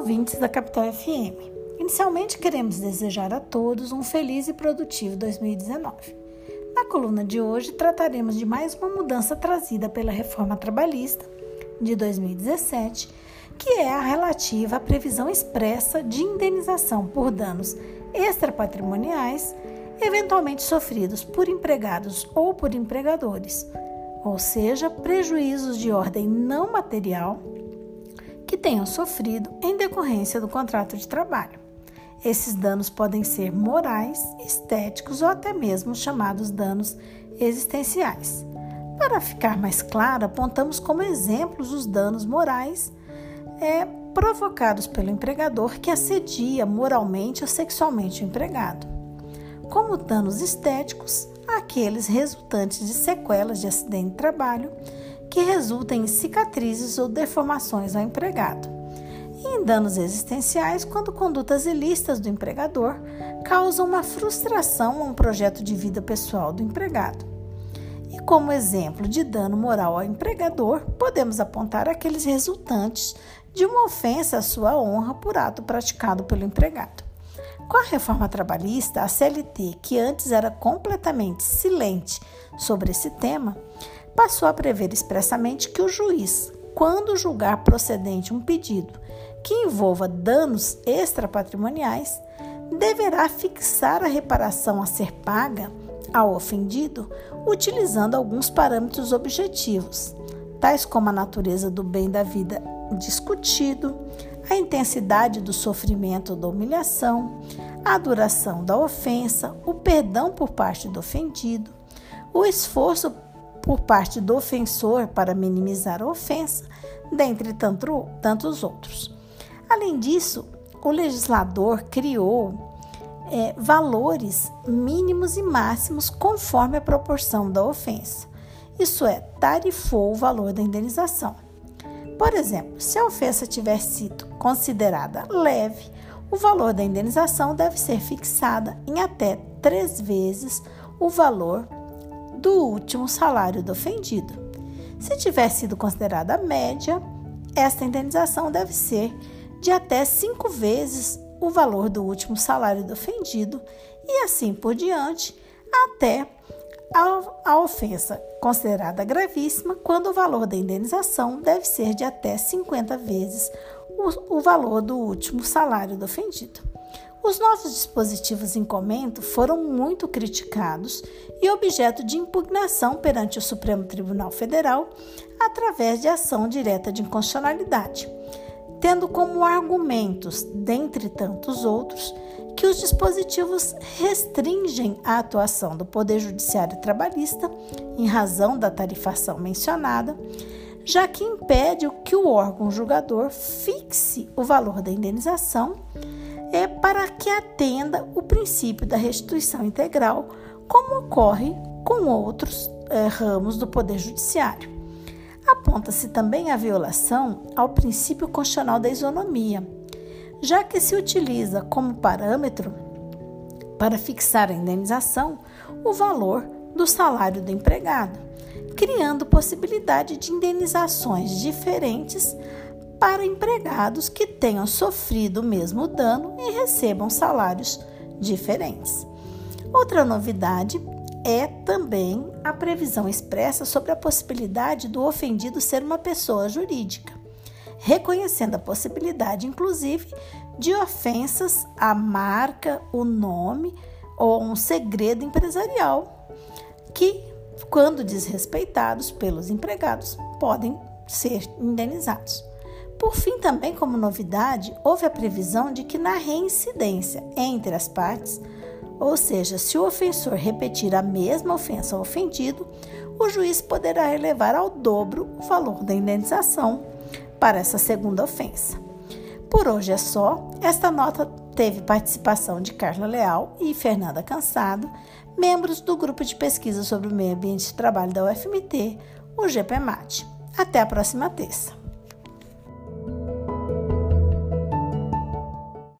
ouvintes da Capital FM. Inicialmente, queremos desejar a todos um feliz e produtivo 2019. Na coluna de hoje, trataremos de mais uma mudança trazida pela Reforma Trabalhista de 2017, que é a relativa à previsão expressa de indenização por danos extrapatrimoniais eventualmente sofridos por empregados ou por empregadores, ou seja, prejuízos de ordem não material que tenham sofrido em decorrência do contrato de trabalho. Esses danos podem ser morais, estéticos ou até mesmo chamados danos existenciais. Para ficar mais claro, apontamos como exemplos os danos morais provocados pelo empregador que assedia moralmente ou sexualmente o empregado. Como danos estéticos, aqueles resultantes de sequelas de acidente de trabalho que resultam em cicatrizes ou deformações ao empregado. E em danos existenciais, quando condutas ilícitas do empregador causam uma frustração a um projeto de vida pessoal do empregado. E como exemplo de dano moral ao empregador, podemos apontar aqueles resultantes de uma ofensa à sua honra por ato praticado pelo empregado. Com a reforma trabalhista, a CLT, que antes era completamente silente sobre esse tema, passou a prever expressamente que o juiz, quando julgar procedente um pedido que envolva danos extrapatrimoniais, deverá fixar a reparação a ser paga ao ofendido utilizando alguns parâmetros objetivos, tais como a natureza do bem da vida discutido, a intensidade do sofrimento ou da humilhação, a duração da ofensa, o perdão por parte do ofendido, o esforço por parte do ofensor para minimizar a ofensa, dentre tantos outros. Além disso, o legislador criou valores mínimos e máximos conforme a proporção da ofensa. Isso é, tarifou o valor da indenização. Por exemplo, se a ofensa tiver sido considerada leve, o valor da indenização deve ser fixada em até 3 vezes o valor do último salário do ofendido. Se tiver sido considerada média, esta indenização deve ser de até 5 vezes o valor do último salário do ofendido e assim por diante, até a ofensa considerada gravíssima, quando o valor da indenização deve ser de até 50 vezes o valor do último salário do ofendido. Os novos dispositivos em comento foram muito criticados e objeto de impugnação perante o Supremo Tribunal Federal através de ação direta de inconstitucionalidade, tendo como argumentos, dentre tantos outros, que os dispositivos restringem a atuação do Poder Judiciário Trabalhista em razão da tarifação mencionada, já que impede que o órgão julgador fixe o valor da indenização para que atenda o princípio da restituição integral, como ocorre com outros ramos do Poder Judiciário. Aponta-se também a violação ao princípio constitucional da isonomia, já que se utiliza como parâmetro para fixar a indenização o valor do salário do empregado, criando possibilidade de indenizações diferentes para empregados que tenham sofrido o mesmo dano e recebam salários diferentes. Outra novidade é também a previsão expressa sobre a possibilidade do ofendido ser uma pessoa jurídica, reconhecendo a possibilidade, inclusive, de ofensas à marca, o nome ou um segredo empresarial, que, quando desrespeitados pelos empregados, podem ser indenizados. Por fim, também como novidade, houve a previsão de que na reincidência entre as partes, ou seja, se o ofensor repetir a mesma ofensa ao ofendido, o juiz poderá elevar ao dobro o valor da indenização para essa segunda ofensa. Por hoje é só. Esta nota teve participação de Carla Leal e Fernanda Cansado, membros do Grupo de Pesquisa sobre o Meio Ambiente de Trabalho da UFMT, o GPMAT. Até a próxima terça.